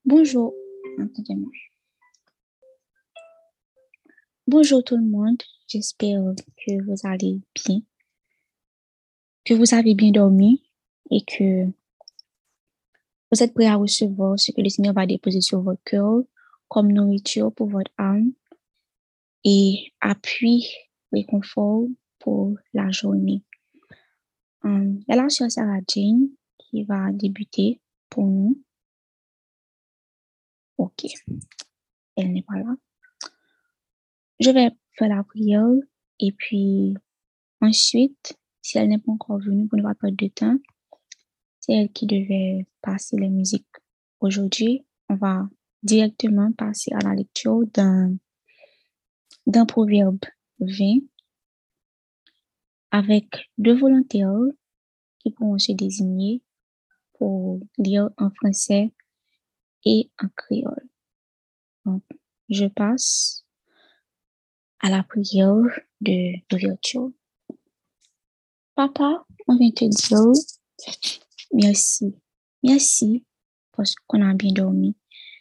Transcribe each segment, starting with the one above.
Bonjour, attendez-moi. Bonjour tout le monde, j'espère que vous allez bien, que vous avez bien dormi et que vous êtes prêts à recevoir ce que le Seigneur va déposer sur votre cœur comme nourriture pour votre âme et appui, réconfort pour la journée. Il y a la sœur Sarah Jane qui va débuter pour nous. Ok, elle n'est pas là. Je vais faire la prière et puis ensuite, si elle n'est pas encore venue pour ne pas perdre de temps, c'est elle qui devait passer les musiques. Aujourd'hui, on va directement passer à la lecture d'un proverbe 20 avec deux volontaires qui pourront se désigner pour lire en français et en créole. Donc, je passe à la prière d'ouverture. Papa, on vient te dire merci. Merci parce qu'on a bien dormi.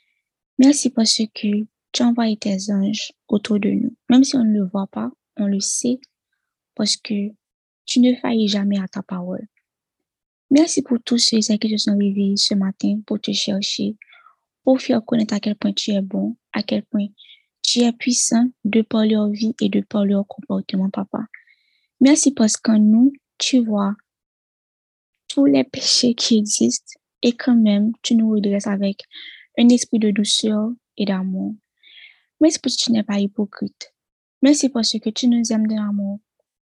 Merci parce que tu envoies tes anges autour de nous. Même si on ne le voit pas, on le sait parce que tu ne faillis jamais à ta parole. Merci pour tous ceux qui se sont réveillés ce matin pour te chercher, pour faire connaître à quel point tu es bon, à quel point tu es puissant de par leur vie et de par leur comportement, papa. Merci parce qu'en nous, tu vois tous les péchés qui existent et quand même, tu nous redresses avec un esprit de douceur et d'amour. Merci parce que tu n'es pas hypocrite. Merci parce que tu nous aimes d'un amour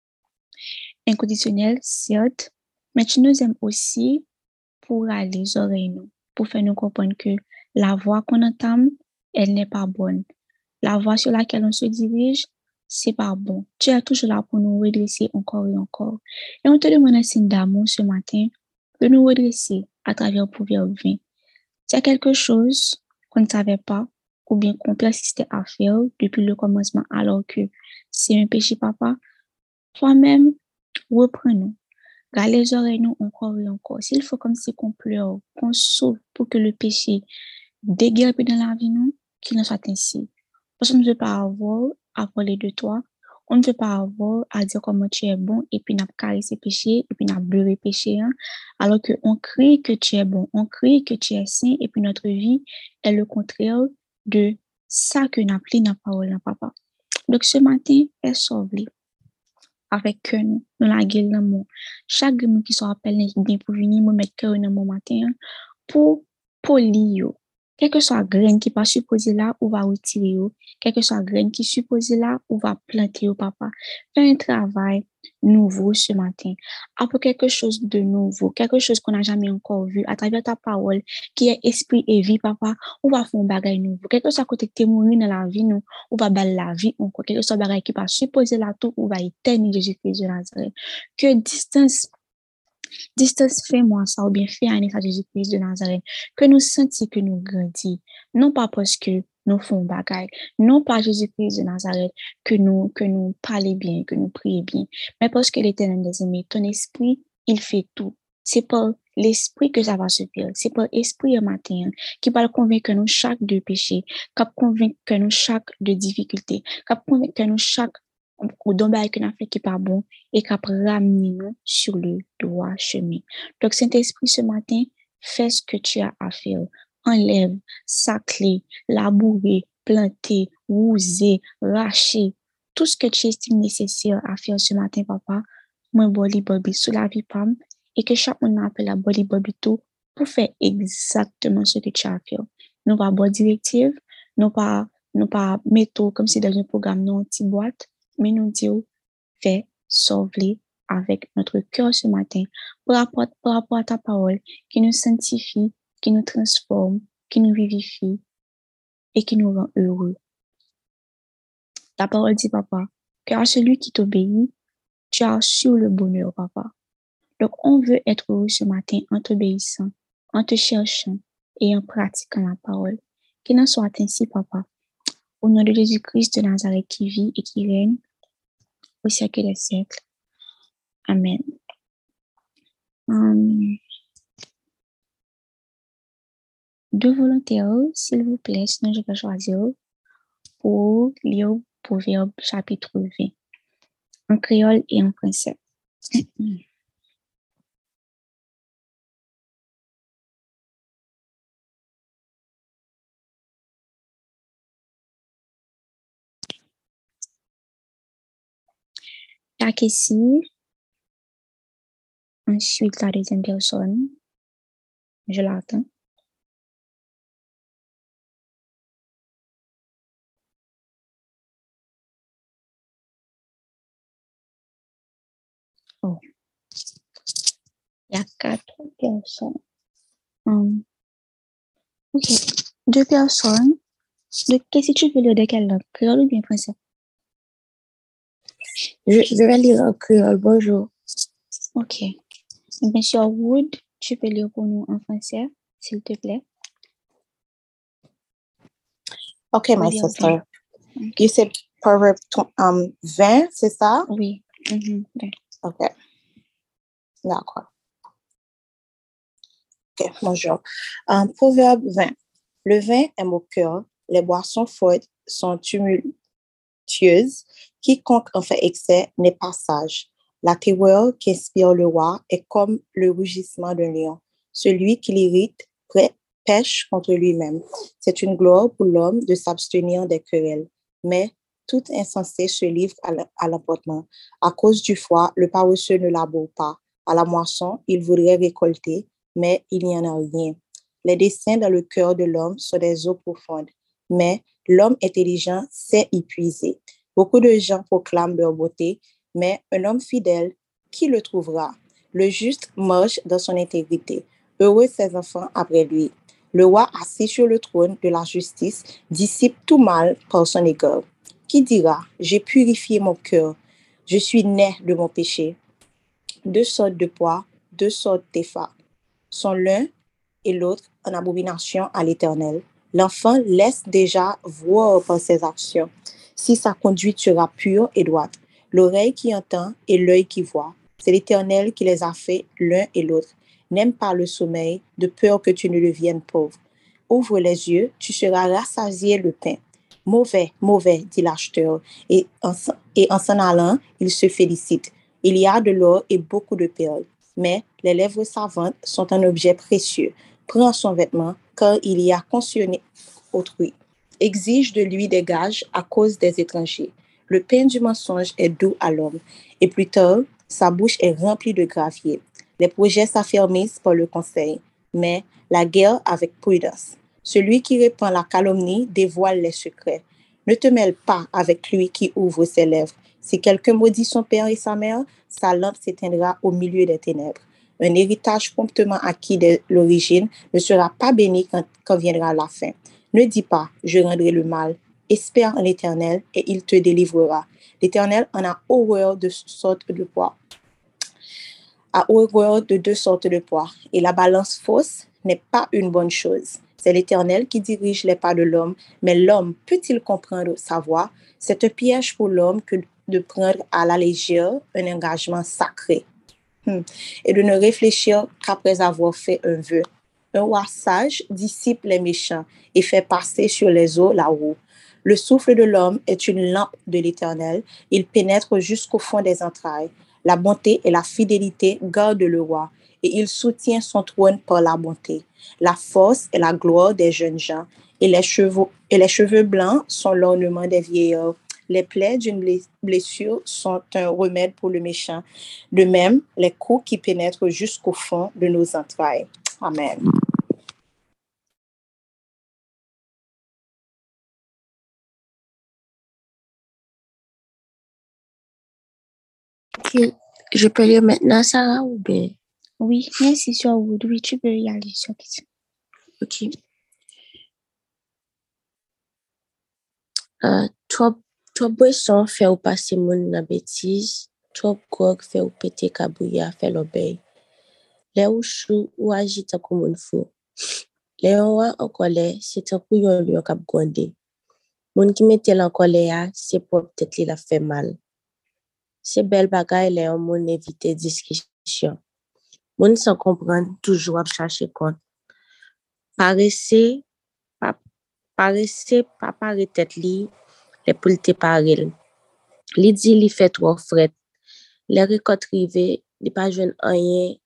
inconditionnel, certes, mais tu nous aimes aussi pour aller oreilles nous, pour faire nous comprendre que la voie qu'on entame, elle n'est pas bonne. La voie sur laquelle on se dirige, c'est pas bon. Tu es toujours là pour nous redresser encore et encore. Et on te demande un signe d'amour ce matin de nous redresser à travers Proverbe 20. S'il y a quelque chose qu'on ne savait pas ou bien qu'on persistait à faire depuis le commencement alors que c'est un péché, papa, toi-même, reprends-nous. Garde les oreilles nous encore et encore. S'il faut comme si qu'on pleure, qu'on souffre pour que le péché déguerpe dans la vie, nous, qu'il en soit ainsi. Parce qu'on ne veut pas avoir à parler de toi. On ne veut pas avoir à dire comment tu es bon et puis n'a caresser péché et puis n'a beurré péché, hein, alors qu'on crie que tu es bon, on crie que tu es saint et puis notre vie est le contraire de ça que n'a pris la parole, hein, papa. Donc ce matin, est sauvé avec que nous, dans la gueule d'amour. Chaque monde qui se rappelle bien pour venir me mettre cœur dans mon matin, hein, pour polir. Quelle que soit la graine qui pas supposée là, ou va retirer, quelle que soit la graine qui supposée là, ou va planter, papa. Fais un travail nouveau ce matin. Apporte quelque chose de nouveau, quelque chose qu'on n'a jamais encore vu à travers ta parole, qui est esprit et vie, papa. On va faire un bagage nouveau. Quelque soit côté que tu es mourir dans la vie, nous, on va battre la vie encore. Quelque soit bagage qui pas supposé là tout, on va éteindre Jésus-Christ de Nazareth. Que distance fais-moi ça, ou bien fais un à Jésus-Christ de Nazareth, que nous sentions que nous grandissons, non pas parce que nous faisons bagaille, non pas Jésus-Christ de Nazareth, que nous parlons bien, que nous prions bien, mais parce que l'Éternel des aimés, ton esprit, il fait tout. C'est par l'esprit que ça va se faire. C'est par l'esprit un matin qui va convaincre nous chaque de péché, qui va convaincre nous chaque de difficulté, qui va convaincre nous chaque ou d'un bail que nous fait qui pas bon et qui ramener nous sur le droit chemin. Donc, Saint-Esprit, ce matin, fais ce que tu as à faire. Enlève, sacler, labourer, planter, rouser, racher, tout ce que tu estimes nécessaire à faire ce matin, papa. Moi, boli bobi sous la vie pam, et que chaque monde appelle la boli bobi tout pour faire exactement ce que tu as à faire. Nous pas bonne directive, nous pas mettre comme si dans un programme, non, petite boîte, mais nous disons, fais, sauve-les avec notre cœur ce matin par rapport à ta parole qui nous sanctifie, qui nous transforme, qui nous vivifie et qui nous rend heureux. Ta parole dit, papa, que à celui qui t'obéit, tu as sur le bonheur, papa. Donc, on veut être heureux ce matin en t'obéissant, en te cherchant et en pratiquant la parole. Qu'il en soit ainsi, papa. Au nom de Jésus-Christ de Nazareth qui vit et qui règne au siècle des siècles. Amen. Deux volontaires, s'il vous plaît, sinon je vais choisir pour lire Proverbe chapitre 20, en créole et en français. La question, ensuite la deuxième personne, je l'attends. Oh, il y a quatre personnes. Ok, deux personnes. Qu'est-ce que tu veux lire de quelle langue? Créole ou bien français? Je vais lire en créole, bonjour. Ok. Bien sûr, Wood, tu peux lire pour nous en français, s'il te plaît. Okay, my Proverbe sister. 20. You said Proverb 20, c'est ça? Oui. Ok. D'accord. Ok, bonjour. Proverbe 20. Le vin aime au cœur, les boissons fortes sont tumultueuses. Quiconque en fait excès n'est pas sage. La terreur qu'inspire le roi est comme le rugissement d'un lion. Celui qui l'irrite pêche contre lui-même. C'est une gloire pour l'homme de s'abstenir des querelles. Mais tout insensé se livre à l'emportement. À cause du froid, le paresseux ne laboure pas. À la moisson, il voudrait récolter, mais il n'y en a rien. Les desseins dans le cœur de l'homme sont des eaux profondes, mais l'homme intelligent sait y puiser. Beaucoup de gens proclament leur beauté, mais un homme fidèle, qui le trouvera? Le juste marche dans son intégrité. Heureux ses enfants après lui. Le roi assis sur le trône de la justice dissipe tout mal par son égard. Qui dira, j'ai purifié mon cœur, je suis né de mon péché. Deux sortes de poids, deux sortes d'effats sont l'un et l'autre en abomination à l'Éternel. L'enfant laisse déjà voir par ses actions si sa conduite sera pure et droite. L'oreille qui entend et l'œil qui voit. C'est l'Éternel qui les a fait l'un et l'autre. N'aime pas le sommeil, de peur que tu ne deviennes pauvre. Ouvre les yeux, tu seras rassasié le pain. Mauvais, mauvais, dit l'acheteur, et en s'en allant, il se félicite. Il y a de l'or et beaucoup de perles, mais les lèvres savantes sont un objet précieux. Prends son vêtement, car il y a cautionné autrui. Exige de lui des gages à cause des étrangers. Le pain du mensonge est doux à l'homme, et plus tard, sa bouche est remplie de gravier. Les projets s'affermissent par le conseil, mais la guerre avec prudence. Celui qui répand la calomnie dévoile les secrets. Ne te mêle pas avec lui qui ouvre ses lèvres. Si quelqu'un maudit son père et sa mère, sa lampe s'éteindra au milieu des ténèbres. Un héritage promptement acquis dès l'origine ne sera pas béni quand viendra la fin. Ne dis pas, je rendrai le mal. Espère en l'Éternel et il te délivrera. L'Éternel en a horreur de sortes de poids. A horreur de deux sortes de poids. Et la balance fausse n'est pas une bonne chose. C'est l'Éternel qui dirige les pas de l'homme, mais l'homme peut-il comprendre sa voie? C'est un piège pour l'homme que de prendre à la légère un engagement sacré et de ne réfléchir qu'après avoir fait un vœu. Un roi sage dissipe les méchants et fait passer sur les eaux la roue. Le souffle de l'homme est une lampe de l'Éternel. Il pénètre jusqu'au fond des entrailles. La bonté et la fidélité gardent le roi et il soutient son trône par la bonté. La force et la gloire des jeunes gens et les cheveux blancs sont l'ornement des vieillards. Les plaies d'une blessure sont un remède pour le méchant. De même, les coups qui pénètrent jusqu'au fond de nos entrailles. Amen. Ok. Je peux lire maintenant, Sarah, ou bien? Oui, merci sur Wood. Oui, tu peux y aller sur question. Ok. Trop boisson fait ou passer moun nan bêtise, trop grog fait ou péter kabouya fait l'obéi. Les ou chou ou agite comme moun fou. Les ouan en colère, c'est un coup yon lion kap gonde. Moun ki mette en colère, c'est pour peut-être li la fait mal. C'est belle bagay les on moun éviter discussion. Moun sans comprendre toujours à chercher compte. Paraissez, pas paraît tête li, les pou te parel. Li di li fait trop fret. Les récoltes rive, li pas jwenn rien.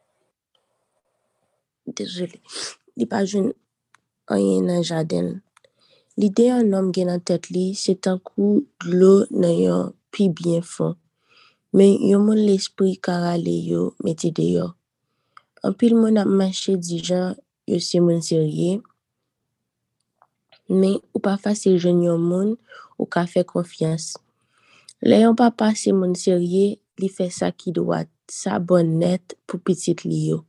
Désolé. Li pas jwenn rien dans jardin. L'idée un homme gen nan tête li, c'est un coup de l'eau nan yon pi bien fond. Mais yon moun l'esprit karale yo mette dehors. En pile moun ap marché di jan yo se moun sérieux. Mais ou pas facile joindre yon moun ou ka fait confiance. Le yon papa se moun sérieux, li fait ça qui doit, ça bon net pour petit li yo.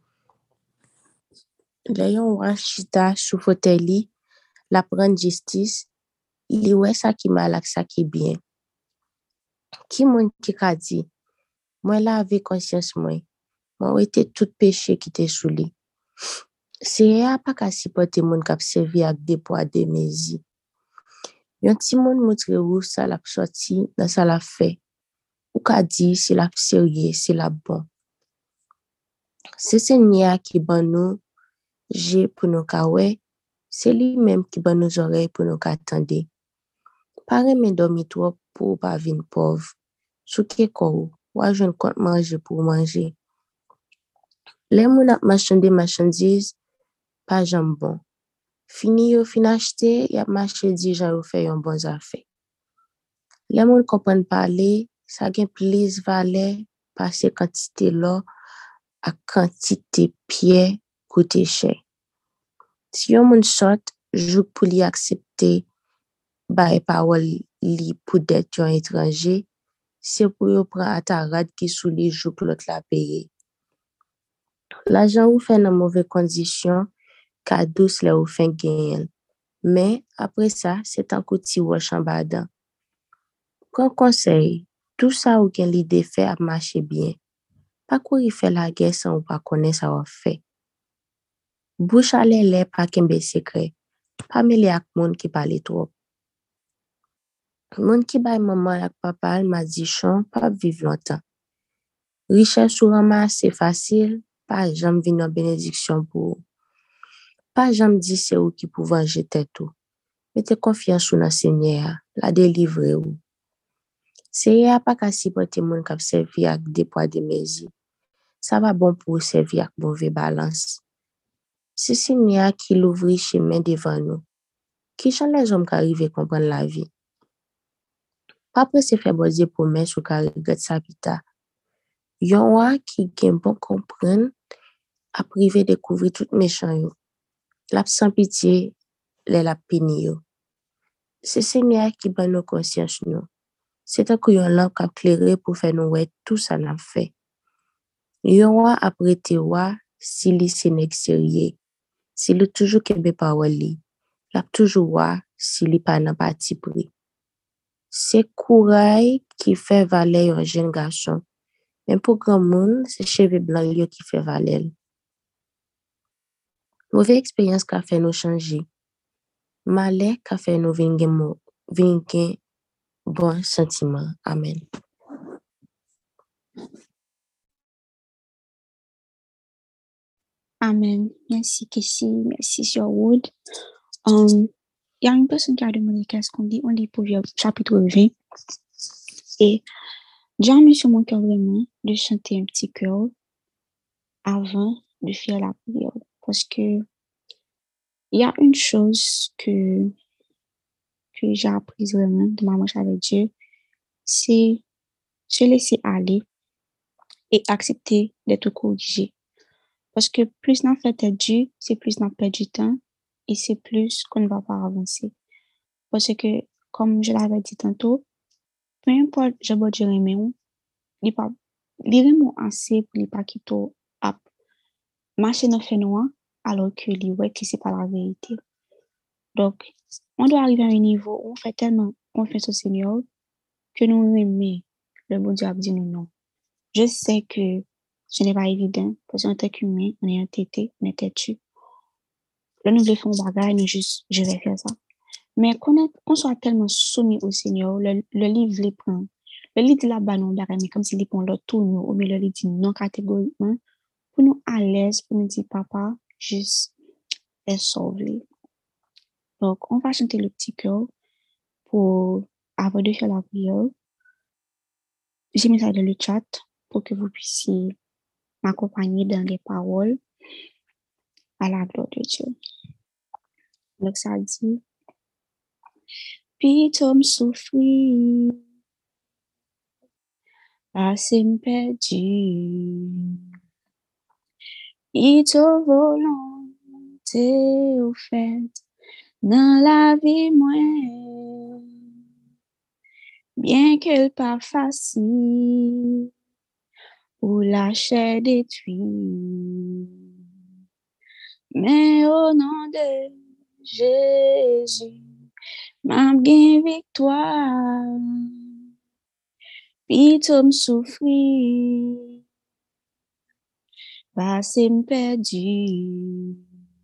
Le yon wa chita sou fauteuil li, la prendre justice, li wè ça qui mal ak ça qui bien. Qui moun ki ka di, moi lave conscience moi wete tout péché qui te sou li. C'est a pas ka supporter moun k'ap servi ak des poids de mezi. Yon ti moun montre ou ça l'a sorti dans ça l'a fait. Ou ka di si l'a sérieux, si l'a bon. C'est Seigneur qui ban nous j'ai pour nous ka wè, c'est lui même qui ban nous oreilles pour nous ka tande. Pare men dormi trop pour pas vin pauvre. Sou ke ko ou a joun kont manger pour manger. Les moun ap marchandise pas jambon. Fini yo fin acheter, y a marché di jan yo fait yon bon affaire. Les moun comprennent parler, ça gen plus valeur parce quantité l'or à quantité pierre coûte cher. Si yon moun sort, jou pou li accepter bae parole li pou d'être yon étranger, c'est pour yo prend atarad qui sou li jou pou l'autre la paye. L'argent ou fait dans mauvaise condition, ka douce le ou fin gagne. Mais après ça, c'est un coup ti wash en badan. Kon conseil, tout ça ou gen l'idée fait a marché bien. Pas courir fait la guerre sans ou pas connaître ça ou fait. Bouche à lè pas kembe secret. Pas mêler ak moun qui parle trop. Moun qui bay maman ak papa m'a dit chon pas vivre longtemps. Richesse ou ramasse c'est facile, pas jamais vinn en bénédiction pour. Pas jamais dit c'est ou qui pou venger tête ou. Mettez confiance ou dans Seigneur, la délivrer ou. Seigneur pas ka supporter moun k'ap servi ak des poids de mezi. Ça va bon pour servir ak mauvais balance. C'est Seigneur qui l'ouvre chemin devant nous. Qui chan les hommes qui arrivent comprendre la vie. Pas pressé faire boser promesse ou ka regret sa pita. Yon wa qui gen bon comprendre a privé découvrir tout méchant yo. L'ap sans pitié, la pini yo. C'est Seigneur qui ban nos conscience nous. C'est un coup yon lampe k'ap clairer pour faire nous wè tout ça n'a fait. Yon wa aprete wa si li se nèg sérieux. Si li toujours kebe parole li. L'ap toujours wa si li pa nan parti pris. C'est courage qui fait valer un jeune garçon. Mais pour grand monde, c'est cheveux blancs li qui fait valer. Mauvaise expérience qu'a fait nous changer. Malheur qu'a fait nous vin gen bon sentiment. Amen. Amen. Merci, Kessie. Merci, Sherwood. Il y a une personne qui a demandé qu'est-ce qu'on dit. On lit Proverbe chapitre 20. Et j'ai mis sur mon cœur vraiment de chanter un petit chœur avant de faire la prière. Parce que il y a une chose que j'ai apprise vraiment de ma marche avec Dieu, c'est se laisser aller et accepter d'être corrigé. Parce que plus on fait Dieu, c'est plus on perd du temps et c'est plus qu'on ne va pas avancer. Parce que, comme je l'avais dit tantôt, peu importe, je vais dire il pas vraiment assez pour ne pas quitter à marcher dans le fait noir alors que c'est pas la vérité. Donc, on doit arriver à un niveau où on fait tellement confiance au Seigneur que nous aimons le bon Dieu a dit nous non. Je sais que ce n'est pas évident parce qu'en tant qu'humain, on est entêté, on est têtu. Là, nous voulons faire un bagage, nous juste, je vais faire ça. Mais qu'on soit tellement soumis au Seigneur, le livre les prend. Le livre dit là-bas, non, mais comme s'il prend le tout, nous, ou bien le livre dit non catégoriquement, pour nous à l'aise, pour nous dire, papa, juste, est sauvé. Donc, on va chanter le petit cœur pour, avant de faire la prière. J'ai mis ça dans le chat pour que vous puissiez m'accompagner dans les paroles à la gloire de Dieu. Donc, ça dit, puis Tom souffrit, assez perdu, et ta volonté au fait, dans la vie moins, bien qu'elle pas facile, pour la chair détruite. Mais au nom de Jésus, m'a gain victoire. Puis Tom souffrit, passé perdu.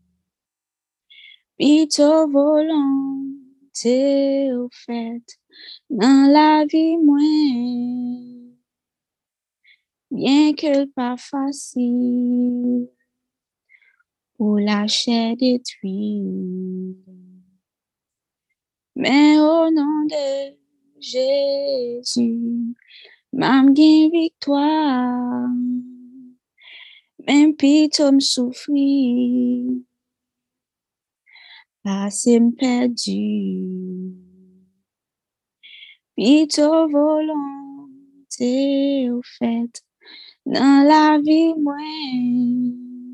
Puis ta volonté au fait, dans la vie moins, bien qu'elle pas facile, pour la chair détruite. Mais au nom de Jésus, m'a gain victoire. Même Tom souffrit, passé perdu. Puis ta volonté au fait, dans la vie moins,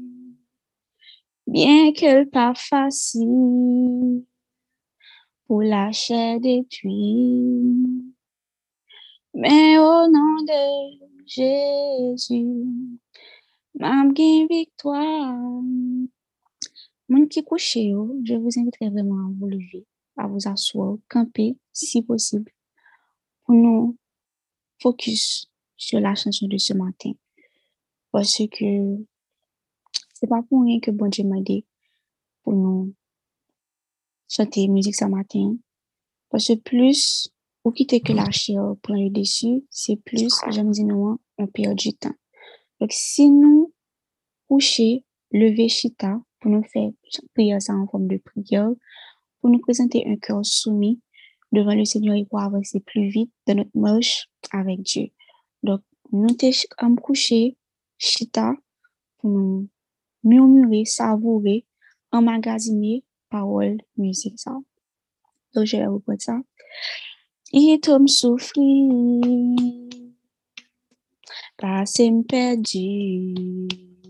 bien qu'elle pas facile, pour la chair détruite. Mais au nom de Jésus, m'a gain victoire. Mon qui couche, je vous inviterai vraiment à vous lever, à vous asseoir, camper, si possible, pour nous focus sur la chanson de ce matin. Parce que c'est pas pour rien que bon Dieu m'a dit pour nous chanter musique ce matin. Parce que plus vous quittez que la chair prend le dessus, c'est plus, j'aime dire nous, on perd du temps. Donc, si nous coucher, lever chita, pour nous faire prière ça en forme de prière, pour nous présenter un cœur soumis devant le Seigneur et pour avancer plus vite dans notre marche avec Dieu. Donc, nous sommes couchés, chita, pour nous murmurer, savourer, emmagasiner parole, musique, ça. Donc, je vais vous prendre ça. Et Tom souffrit, passé perdu.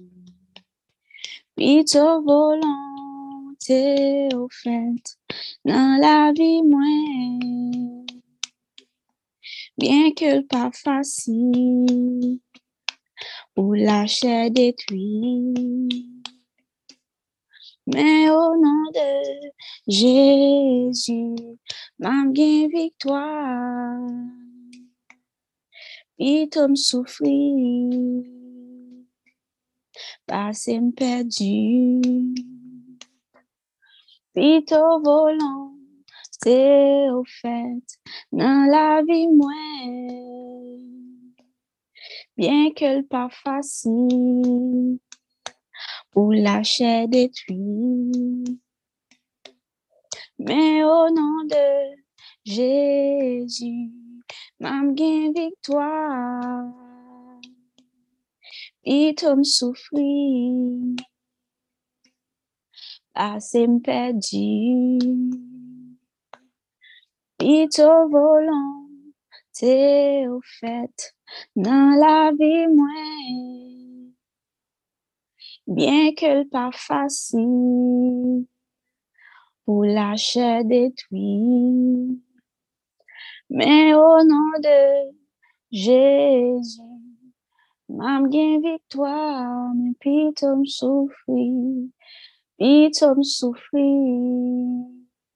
Puis ta volonté au fait, dans la vie moins, bien que pas facile, pour la chair détruite. Mais au nom de Jésus, m'a gain victoire. Puis Tom souffrit, passé perdu. Puis ta volonté au fait, dans la vie moins, bien qu'elle pas facile, pour la chair détruite. Mais au nom de Jésus, m'a gain victoire. Puis Tom souffrit, passé perdu. Puis ta volonté au fait, dans la vie moins, bien qu'elle pas facile, pour la chair détruite. Mais au nom de Jésus, m'a gain victoire, mais puis Tom souffrit, puis Tom souffrit,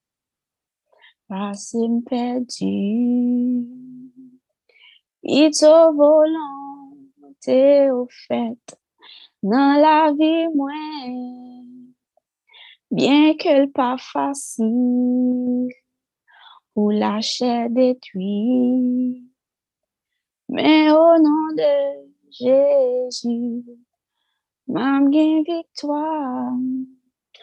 passé perdu. Puis ta volonté au fait, dans la vie moins, bien qu'elle pas facile, pour la chair détruite. Mais au nom de Jésus, m'a gain victoire.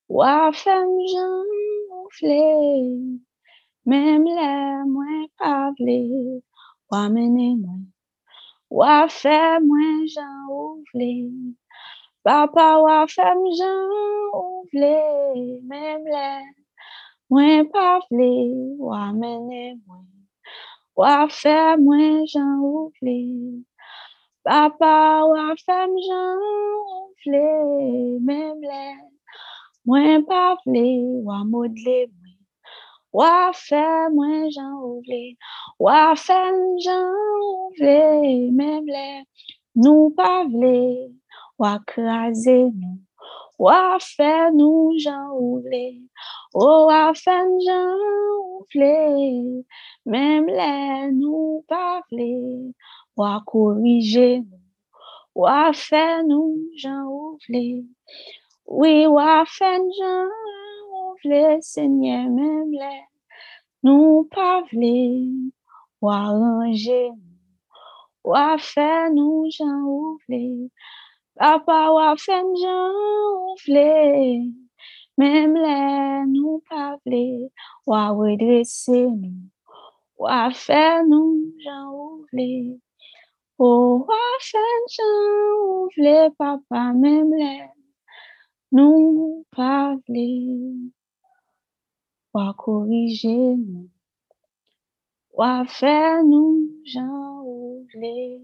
Wa fem jan ouvle, même les moins pas vle, wa mene moi. Wa fem moins jan ouvle, papa wa fem jan ouvle, même les moins pas vle, wa mene moi. Wa fem moins jan ouvle, papa wa fem jan ouvle, même les moins pas vle, wa modle moi. Wa fè mwen jan ouvle, wa fè jan ouvle, même les nou pa vle, wa krasé nou, wa fè nou jan ouvle, oh wa fè jan ouvle, même les nou pa vle, wa korije nou, wa fè nou jan ouvle, oui wa fè jan ouvle, Seigneur, même les nou pa vle, wa ranger, wa fè nou jan ouvle, papa wa fè jan ouvle, même les nou pa vle, wa redresse nou, wa fè nou jan ouvle, oh wa fè jan ouvle, papa, même les nou pa vle, wa korije nou, wa fè nou jan ouvle.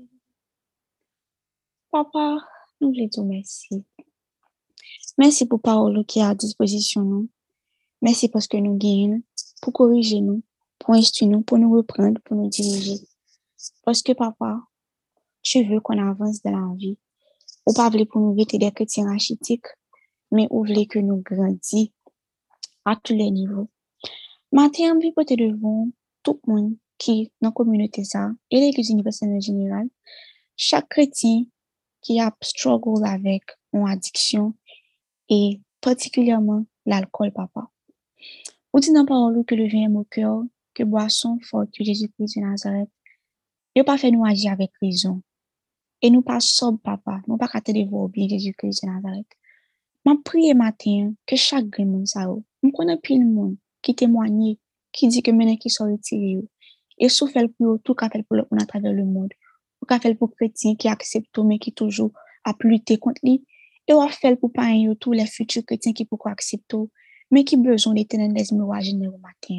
Papa, nous voulons dire merci. Merci pour parole qui est à disposition nous. Merci parce que nous gagnons, pour corriger nous, pour instruire nous, pour nous reprendre, pour nous diriger. Parce que papa, tu veux qu'on avance dans la vie. Ou pas voulez pour nous être des chrétiens rachitiques, mais ou voulez que nous grandissions à tous les niveaux. Matin, envie de devant tout le monde qui dans la communauté ça, et l'Église universelle en général, chaque chrétien qui a struggle avec une addiction et particulièrement l'alcool, papa. Ou dit dans la parole que le vin est au cœur, que boisson forte que Jésus-Christ de Nazareth, il n'a pas fait nous agir avec raison. Et nous pas sobre, papa, nous pas capter de voir oublier Jésus-Christ de Nazareth. Je prie matin que chaque grand monde ça, nous connaissons plus le monde qui témoigne, qui dit que maintenant qui sont retirés, et sauf fait pour tout qu'a fait pour le monde à travers le monde. Ou qu'a fait pour chrétiens qui acceptent mais qui toujours a lutter contre lui, et ou fait pour pas tous les futurs chrétiens qui pourquoi accepter mais qui besoin d'éternel des mirages au matin.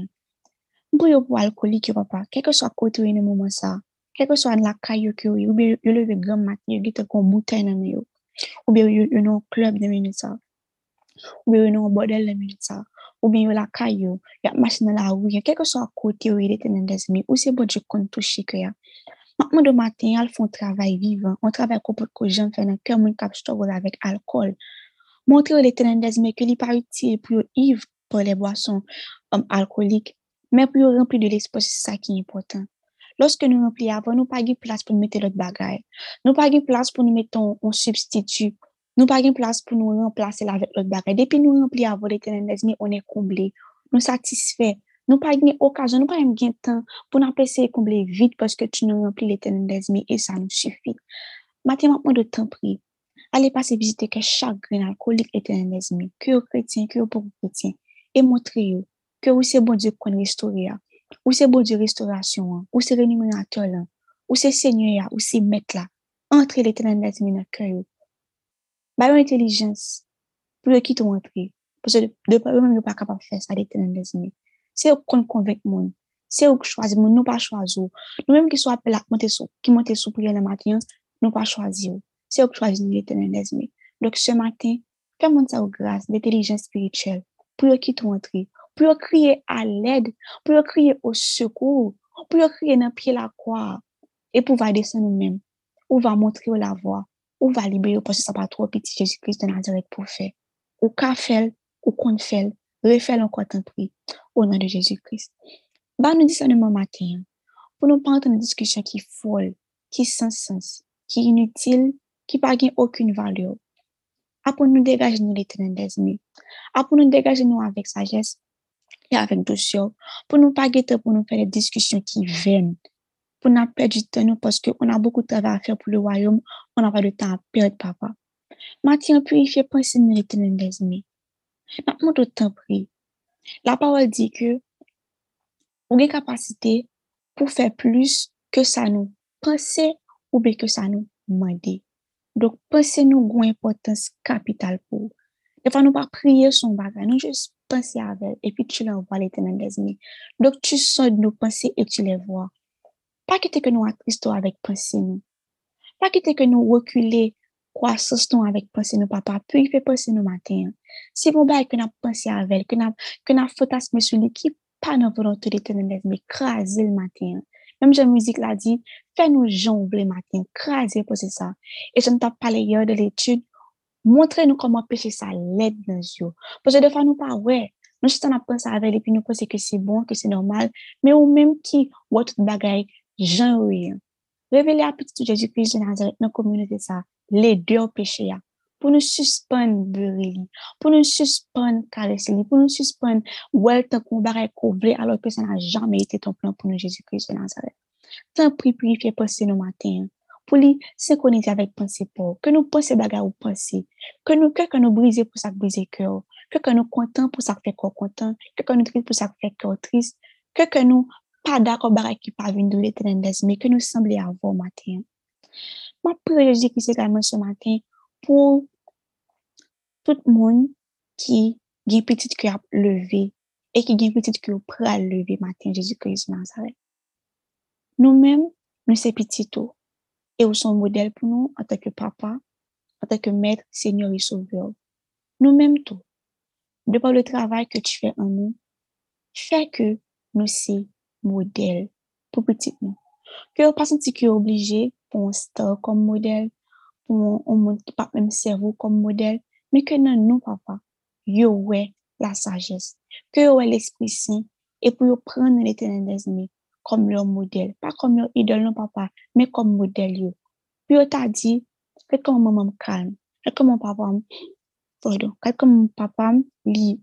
Pour alcoolique papa, quel que soit côté dans moment ça, quel que soit la caille que ou bien yo lever grand matin, yo gite kon bouteille dans yo, ou bien yo non club dans minute ça, ou bien yo non bordel dans minute ça, ou bien yo la caille yo, y a machine dans la rue, quel que soit côté ou l'éternel des mi, ou c'est bon Dieu qu'on touche que ya. Maintenant de matin, elles font travail vivant, on travaille comme que j'aime faire dans cœur mon cap struggle avec alcool. Montrer l'éternel des mi que li pas utile pour ivre pour les boissons alcooliques, mais pour remplir de l'espoir, c'est ça qui est important. Lorsque nous remplissons avant, nous pas de place pour nous mettre l'autre bagaille. Nous pas de place pour nous mettre un substitut. Nous pas de place pour nous remplacer avec l'autre bagaille. Depuis nous remplissons avant l'éternel des mi, on est comblé. Nous satisfait. Nous pas de occasion, nous pas de temps pour nous essayer de combler vite parce que tu nous remplis l'éternel des mi et ça nous suffit. Maintenant, de temps pris. Allez passer visiter que chaque grain alcoolique éternel des mi, que chrétien, que pour chrétien, et montrer que oui c'est bon Dieu qu'on restaure, ou c'est bon Dieu restauration, ou c'est rémunérateur là, ou c'est Seigneur, ou c'est maître là, entrer l'éternel des mi dans cœur. Bah intelligence pour qui t'ont entrer, parce que de pas même pas capable faire ça l'éternel des mi. C'est qu'on convainc monde, c'est ou choisir monde, nous pas choisir. Nous même qui soit appelé à monter sous, qui monter sous prière le matin, nous pas choisir. C'est au choisir l'éternel des mi. Donc ce matin, fais-moi ça au grâce d'intelligence spirituelle pour qui t'ont entrer, pour crier à l'aide, pour crier au secours, pour crier dans pied la croix et pour va descendre nous-mêmes, ou va montrer la voie, ou va libérer parce que ça pas trop petit Jésus-Christ de Nazareth pour faire. Ou qu'a fait, ou qu'on fait, refait encore tant pris au nom de Jésus-Christ. Bah nous discernement matin pour nous pas entrer une discussion qui est folle, qui sans sens, qui est inutile, qui n'a aucune valeur. Après nous dégager nous l'éternel des mi. Après nous dégager nous avec sagesse et avec douceur. Pour nous pas guetter pour nous faire des discussions qui viennent. Pour nous perdre du temps nous parce qu'on a beaucoup de travail à faire pour le royaume. On n'a pas de temps à perdre, papa. Matin purifier pensée nous l'éternel des mi. Maintenant, tout temps pris. La parole dit que on a une capacité pour faire plus que ça nous penser ou bien que ça nous demander. Donc, penser nous a une importance capitale pour. Des fois, nous pas prier son bagage, nous juste penser avec et puis tu l'envoies l'éternel des amis. Donc, tu sors de nos pensées et tu les vois. Pas quitter que nous attristons avec pensée nous. Pas quitter que nous reculer croissance nous avec pensée nous papa. Puis il fait penser nous matin. Si vous bail que nous pensé avec, que nous fantasme sur lui qui pas dans volonté de l'éternel mais craser le matin. Même Jean musique l'a dit, fais-nous jongler le matin, craser pour ça. Et je ne t'ai parlé hier de l'étude, montrez-nous comment pécher ça l'aide dans yeux. Parce que des fois nous pas ouais, nous juste on pensé avec et puis nous pensons que c'est bon, que c'est normal, mais ou même qui ou tout bagaille Jean rien. Révéler à petit Jésus-Christ de Nazareth dans la communauté ça, les deux péchés pour nous suspendre beurrer pour nous suspendre caresser pour nous suspendre welter qu'on bagaille couvler alors que ça n'a jamais été ton plan pour nous Jésus-Christ de Nazareth. Tant prie purifier penser nos matins pour lui synchroniser avec pensée pour que nous penser bagarre ou penser que nous briser pour ça briser cœur que nous content pour ça fait corps content que nous triste pour ça fait cœur triste que nous pas d'accord bagarre qui pas venir de l'éternel mais que nous semblons avoir matin. Ma prière Jésus-Christ également ce matin pour tout le monde qui a petite cœur levé et qui a petite cœur prêt à lever matin Jésus-Christ de Nazareth. Nous-mêmes, nous sommes petits tout. Et nous sommes modèles pour nous en tant que papa, en tant que maître, Seigneur et Sauveur. Nous-mêmes tout. De par le travail que tu fais en nous, fais que nous sommes modèles pour petit nous. Que nous ne pas sentir que obligé pour un star comme modèle, pour un monde qui pas même cerveau comme modèle, mais que nous, papa, yo ouais la sagesse, que yo ouais l'Esprit Saint, et pour yo prendre l'éternel des amis comme leur modèle, pas comme leur idole, non, papa, mais comme modèle, yo. Puis, on t'a dit, faites comme maman calme, faites comme mon papa, pardon, faites comme mon papa, il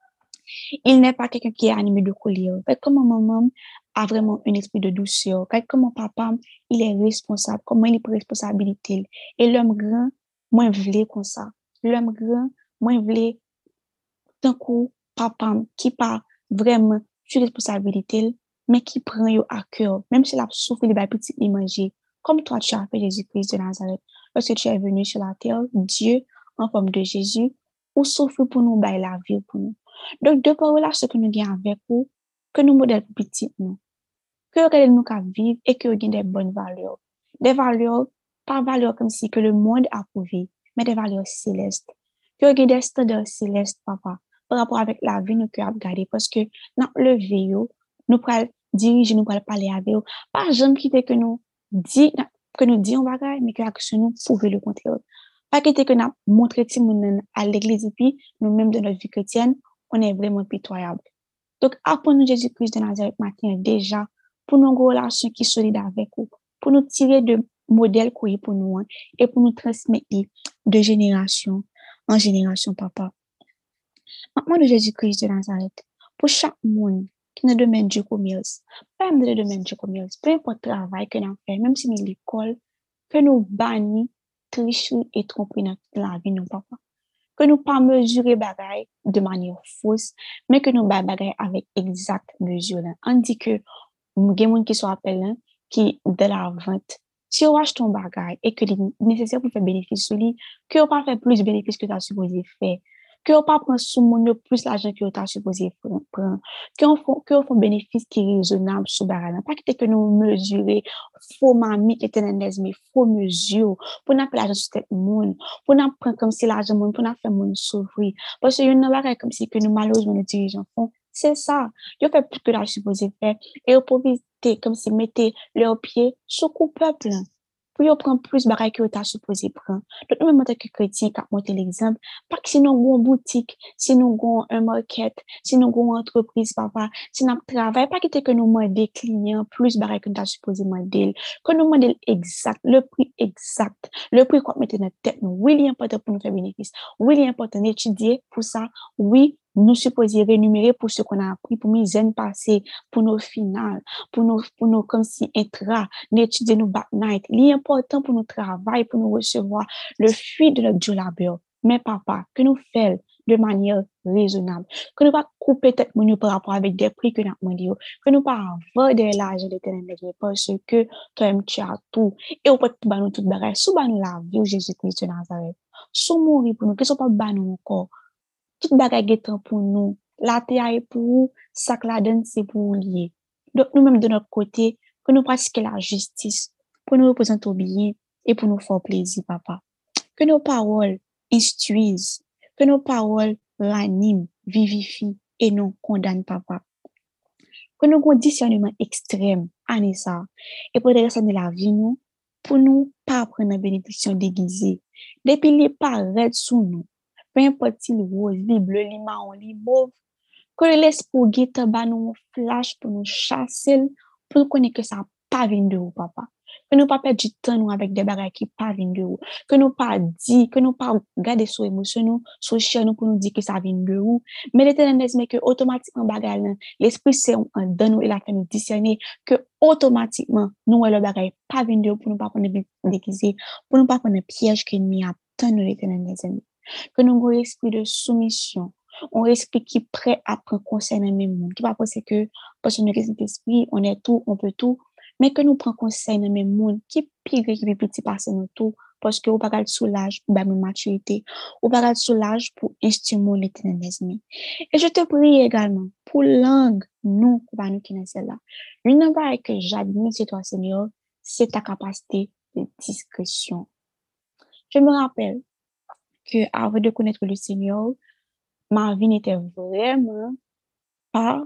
n'est pas quelqu'un qui est animé de colère. Faites comme mon maman a vraiment un esprit de douceur. Faites comme mon papa, il est responsable, comment il prend responsabilité. Et l'homme grand, moins vle comme ça. L'homme grand, moins vle, tant que papa, qui pas vraiment sur responsabilité, mais qui prend yo à cœur, même s'il a souffert de petit il manger, comme toi tu as fait Jésus-Christ de Nazareth, lorsque tu es venu sur la terre, Dieu, en forme de Jésus, ou souffre pour nous, bailler la vie pour nous. Donc, de par là, ce que nous gagnons avec vous, que nous modèles petits nous, que nous qu'à vivre et que nous gagnons des bonnes valeurs. Des valeurs, pas valeurs comme si que le monde a prouvé, mais des valeurs célestes. Que nous gagnons des standards célestes, papa, par rapport avec la vie nous que regarder parce que dans le veillot nous pral diriger nous pral parler avec eux pas jamais quitter que nous dit on bagaille mais que action nous prouver le contraire pas quitter que nous montrer ti moun à l'église et puis nous même dans notre vie chrétienne on est vraiment pitoyable donc apprenons Jésus-Christ de Nazareth matin déjà pour nos relations qui solide avec vous pour nous tirer de modèles qu'on pour nous et pour nous transmettre de génération en génération papa. Maintenant, de Jésus-Christ de Nazareth, pour chaque monde qui ne demande du commerce, pas même de domaine du commerce, peu importe le travail que nous faisons, même si nous l'école, que nous bannissons, tricherie et tromperie dans la vie, non, papa. Que nous pas mesurer bagaille de manière fausse, mais que nous bagaille avec exacte mesure. On dit que, nous avons qui sont appelés, qui, de la vente, si on achète ton bagaille et que c'est nécessaire pour faire bénéfice sur lui, que on pas faire plus de bénéfices que tu as supposé faire. Que on pas prendre sous mon plus l'argent que tu as supposé prendre. Que on fait bénéfice qui est raisonnable sur bagaille. Pas que nous mesurer faux mamie éternel mais faux mesure pour n'a pas l'argent sur tête monde, pour n'a prendre comme si l'argent monde pour n'a faire monde souffrir. Parce que une bagaille comme si que nous malheureusement les dirigeants font. C'est ça. Ils fait plus que la supposé faire et ils profiter comme si mettez leurs pieds sous peuple. Pour y prendre plus bagaille que tu as supposé prendre. Donc, nous, même en tant que chrétien, quand on montre l'exemple, pas que si nous avons une boutique, si nous avons un market, si nous avons une entreprise, papa, si nous travaillons, pas que nous demandons des clients plus bagaille que tu as supposé demander, que nous demandons exact, le prix qu'on met dans notre tête, oui, il est important pour nous faire bénéfice, oui, il est important d'étudier pour ça, oui, nous supposons rémunérer pour ce qu'on a appris, pour nous zen passer, pour nos finales, pour nos comme si intra, d'étudier nos back night. Il est important pour nous travailler, pour nous recevoir le fruit de notre dur labeur. Mais papa, que nous faisons de manière raisonnable. Que nous pas couper tête mon par rapport avec des prix que nous demandé. Que nous pas avoir de l'argent d'éternel parce que toi-même tu as tout. Et on peut tout nous toute bagage. Sous nous la vie de Jésus-Christ de Nazareth. Sous mourir pour nous. Que ce soit pas nous encore. Toute bagage est pour nous. La terre est pour nous. Ça que la donne c'est pour nous lier. Donc nous-mêmes de notre côté, que nous pratiquions la justice pour nous représenter au bien et pour nous faire plaisir, papa. Que nos paroles instruisent, que nos paroles raniment, vivifient et non condamnent, papa. Que nous avons un discernement extrême, Anissa, et pour le reste de la vie, nous, pour nous pas prendre la bénédiction déguisée. Depuis les paraître sous nous, peu importe si le rose, le bleu, le marron, le mauve, que l'esprit guette ba nous flash pour nous chasser, pour connaître que ça pas vient de vous, papa. Que nous pas perdre du temps nous avec des bagages qui pas viennent de vous. Que nous pas dit, que nous pas garder sur émotion nous, sur chair nous pour nous dire que ça vient de vous. Mais l'éternel mais que automatiquement bagage l'esprit c'est en dans nous et la fait nous discerner que automatiquement nous le bagage pas vient de vous pour nous pas prendre déguisé, pour nous pas prendre piège que l'ennemi a tant nous l'éternel des amis. Que nous avons esprit de soumission. On esprit qui est prêt à prendre conseil dans le même monde. Qui va penser que, parce que nous sommes esprit, on est tout, on peut tout, mais que nous prenons conseil dans le même monde, qui est pire, qui est petit passer nous tout, parce que vous pas de soulage pour la maturité, vous pas de soulage pour instruire l'éternel des amis. Et je te prie également, pour langue, nous, nous qui sommes celle-là. L'une chose que j'admire chez toi, Seigneur, c'est ta capacité de discrétion. Je me rappelle que avant de connaître le Seigneur, ma vie n'était vraiment pas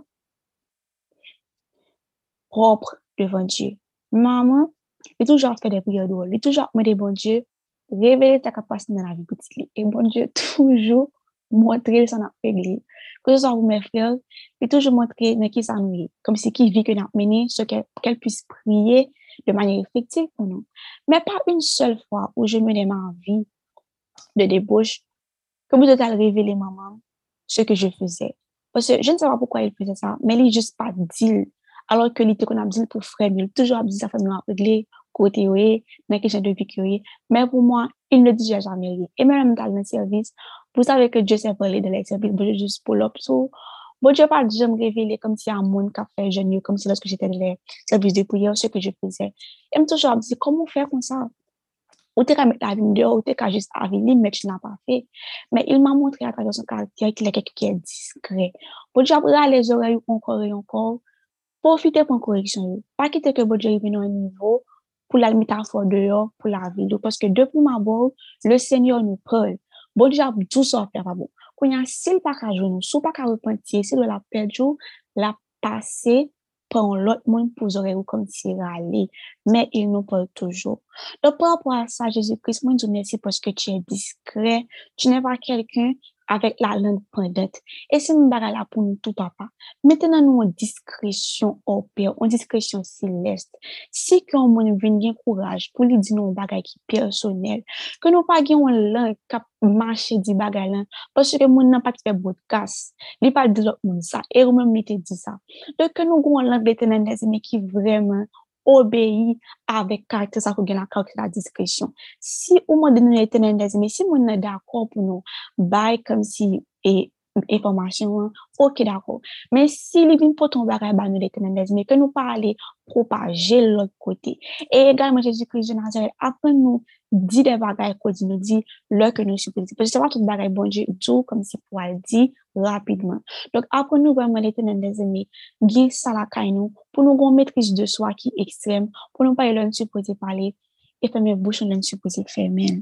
propre devant Dieu. Maman, j'ai toujours fait des prières d'eau, j'ai toujours demandé bon Dieu, révéler ta capacité dans la vie petite. Et bon Dieu, toujours montrer son réglé. Que ce soit pour mes frères, j'ai toujours montré dans qui ça nous est. Comme si qui vit que nous mené, ce qu'elle puisse prier de manière effective pour nous. Mais pas une seule fois où je menais ma vie de débauche, que vous avez révélé, maman, ce que je faisais. Parce que je ne sais pas pourquoi il faisait ça, mais il juste pas dit. Alors que l'idée qu'on a dit pour frère, il toujours dit ça fait nous régler côté oui, mais que j'ai de vie mais pour moi, il ne dit jamais rien. Et même dans le service, vous savez que Dieu s'est parlé de les services, bon Dieu juste pour l'opso. Bon Dieu pas dit, je me révéler comme si un monde qui a fait jeune, comme si lorsque j'étais dans les services de prière, ce que je faisais. Et me toujours dit, comment faire comme ça? Ou t'es qu'à mettre la vie dehors, ou t'es qu'à juste aviler, mais tu n'as pas fait. Mais il m'a montré à travers son caractère qu'il est quelqu'un qui est discret. Pour Dieu, après les oreilles encore et encore, profitez pour une correction. Pas quitter que votre Dieu vienne à un niveau pour la métaphore dehors, pour la vie. Parce que depuis ma bord, le Seigneur nous parle. Bon Dieu, tout ça faire pas bon. Quand il y a s'il pas qu'à jouer, s'il pas qu'à repentir, s'il la perdre, la passer par l'autre monde pour oreilles comme si râler. Mais il nous parle toujours. Donc, par rapport à ça, Jésus-Christ, moi, je te remercie parce que tu es discret. Tu n'es pas quelqu'un avec la langue pendante. Et c'est une bagarre là pour nous tout, papa. Maintenant, nous, en discrétion au Père, en discrétion céleste. Si qu'on monde vient bien courage pour lui dire nos bagages qui personnel, que nous pas gagne une langue qui marcher dit bagages là, parce que monde n'a pas fait podcast. Il pas dit l'autre monde ça. Et vous-même, mettez dit ça. Donc, que nous avons une langue d'éternel mais qui vraiment obéit avec caractère, ça regarde la caractère la discrétion. Si au moins de nous l'éternel mais si on est d'accord pour nous, bail comme si, et information, ok, d'accord. Mais si les vins pour ton bagage, bah, nous l'éternel mais que nous pas aller propager l'autre côté. Et également, Jésus-Christ de Nazareth, après nous, dit des bagages qu'on dit, nous dit, l'heure que nous supposons. Parce que c'est pas tout bagage, bon Dieu, tout comme si pour le dire rapidement. Donc, après nous, vraiment, l'éternel des amis, guide ça la caille nous, pour nous avoir une maîtrise de soi qui est extrême, pour nous pas l'un supposé parler, et fermer bouche, l'un supposé fermer.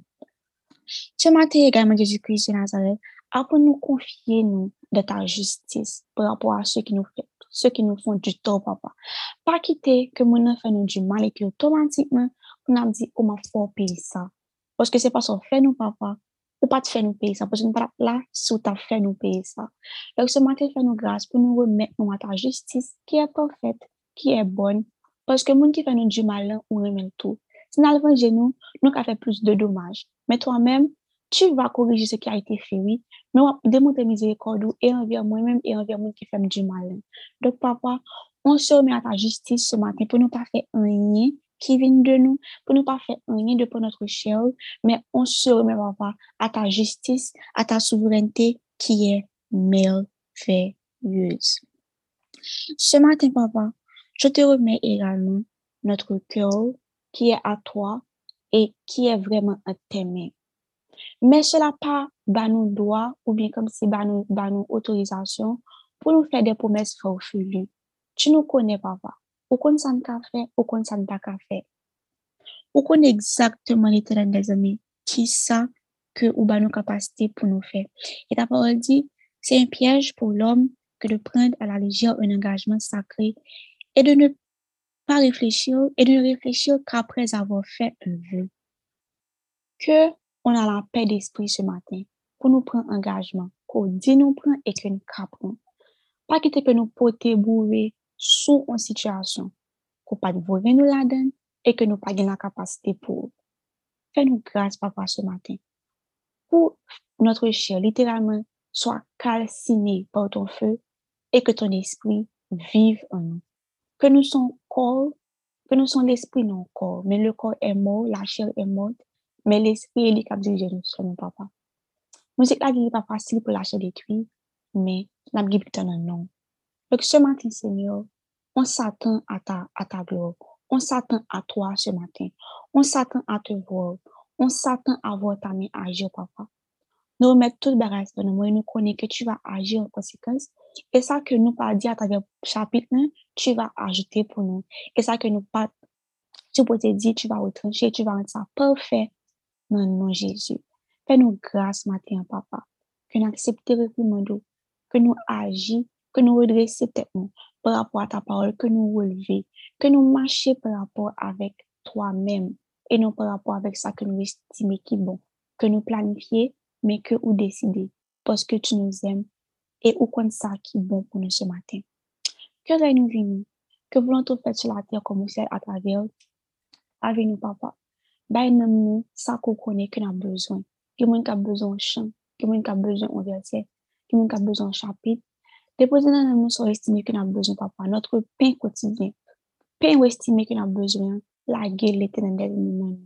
Ce matin également, Jésus-Christ de Nazareth, après nous confier nous de ta justice par rapport à ceux qui nous font du tort, papa. Pas quitter que mon fait nous du mal et que automatiquement, on a dit, on m'a fait payer ça. Parce que c'est pas ça fait nous, papa. Ou pas te faire nous payer ça. Parce que nous pas là, si tu as fait nous payer ça. Donc, ce matin, fais nous grâce pour nous remettre nous à ta justice qui est parfaite, qui est bonne. Parce que mon qui fait nous du mal, on remet tout. Si nous avons nous avons fait plus de dommages. Mais toi-même, tu vas corriger ce qui a été fait, oui. Mais on va démontrer miséricorde et envers moi-même et envers moi qui fait du mal. Donc, papa, on se remet à ta justice ce matin pour ne pas faire rien qui vient de nous, pour ne pas faire rien de pour notre chair, mais on se remet, papa, à ta justice, à ta souveraineté qui est merveilleuse. Ce matin, papa, je te remets également notre cœur qui est à toi et qui est vraiment à tes mains. Mais cela pas bah nous droit ou bien comme si bah nous autorisation pour nous faire des promesses farfelues. Tu nous connais, papa. Ou qu'on s'en t'a fait, ou qu'on s'en t'a fait. Ou qu'on exactement l'éternel des amis. Qui ça que ou bah nos capacités pour nous faire. Et ta parole dit, c'est un piège pour l'homme que de prendre à la légère un engagement sacré et de ne pas réfléchir et de ne réfléchir qu'après avoir fait un vœu. Que on a la paix d'esprit ce matin pour nous prendre engagement, qu'on dit nous prendre et que nous capons. Pas quitter que nous porter bourré sous une situation, qu'on pas voler nous la donne et que nous pas la capacité pour. Fais-nous grâce, papa, ce matin. Pour notre chair, littéralement, soit calcinée par ton feu et que ton esprit vive en nous. Que nous sommes corps, que nous sommes l'esprit non corps, mais le corps est mort, la chair est morte, mais l'esprit est lui qui a dirigé nous sommes, papa. Musique la vie n'est pas facile pour lâcher des trucs, mais la vie est un non. Donc ce matin, Seigneur, on s'attend à ta gloire. On s'attend à toi ce matin. On s'attend à te voir. On s'attend à voir ta main agir, papa. Nous remettons tout le bagage dans nous et nous connaissons que tu vas agir en conséquence. Et ça que nous pas dit à travers le chapitre 1, tu vas ajouter pour nous. Et ça que nous pas, tu peux te dire, tu vas retrancher, tu vas rendre ça parfait dans le nom de Jésus. Fais-nous grâce matin, papa. Que nous acceptions le reprimande, que nous agissons, que nous redressions tête nous par rapport à ta parole, que nous relevions, que nous marchions par rapport avec toi-même et non par rapport avec ça que nous estimons qui est bon, que nous planifions, mais que nous décidons parce que tu nous aimes et ou comme ça qui est bon pour nous ce matin. Que règne nous venir, que volonté faite sur la terre comme au ciel à travers avec nous, papa. Bay nan nous ça qu'on connaît que nous avons besoin. Qui moun a besoin de chant, qui moun a besoin de verset, qui moun a besoin de chapitre. Déposer dans nous sont estimés que nous avons besoin, papa. Notre pain quotidien. Pain ou estimé que nous avons besoin. La gueule l'éternel nous.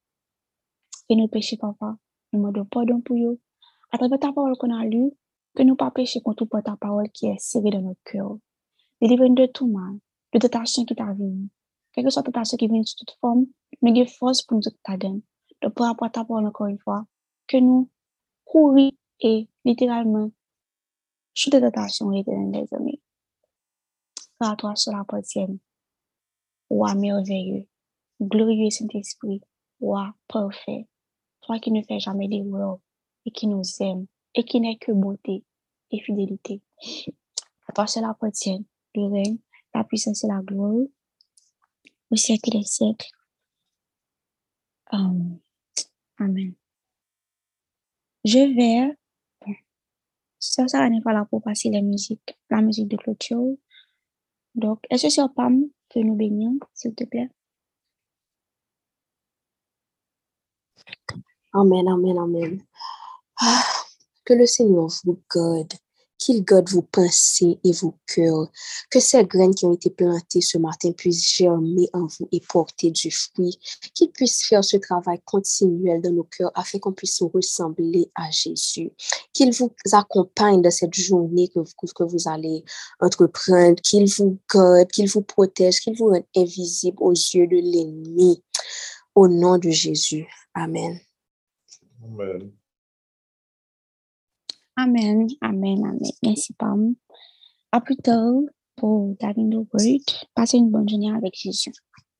Et nos péchés, papa. Nous demandons pardon pour eux. À travers ta parole qu'on a lue, que nous pas pécher contre ta parole qui est serrée dans notre cœur. Délivre-nous de tout mal, de tentation qui t'a venu. Quelle que soit tentation qui vient sous toute forme, nous avons force pour nous ta donne. Donc, par rapport à ta parole, encore une fois, que nous courions et littéralement, sous des tentations éternelles, des amis. Car toi, seul appartienne. Roi merveilleux, glorieux Saint-Esprit, roi parfait, toi qui ne fais jamais d'erreur et qui nous aime et qui n'est que beauté et fidélité. À toi, seul appartienne le règne, la puissance et la gloire au siècle des siècles. Amen. Je vais, ça n'est pas là pour passer la musique de clôture. Donc, est-ce que sur Pam peut nous bénir, s'il te plaît? Amen, amen, amen. Que le Seigneur vous garde, qu'il garde vos pensées et vos cœurs, que ces graines qui ont été plantées ce matin puissent germer en vous et porter du fruit, qu'il puisse faire ce travail continuel dans nos cœurs afin qu'on puisse ressembler à Jésus, qu'il vous accompagne dans cette journée que vous allez entreprendre, qu'il vous garde, qu'il vous protège, qu'il vous rende invisible aux yeux de l'ennemi. Au nom de Jésus. Amen. Amen. Amen, amen, amen. Merci, Pam. À plus tard pour Diving the Word. Passez une bonne journée avec Jésus.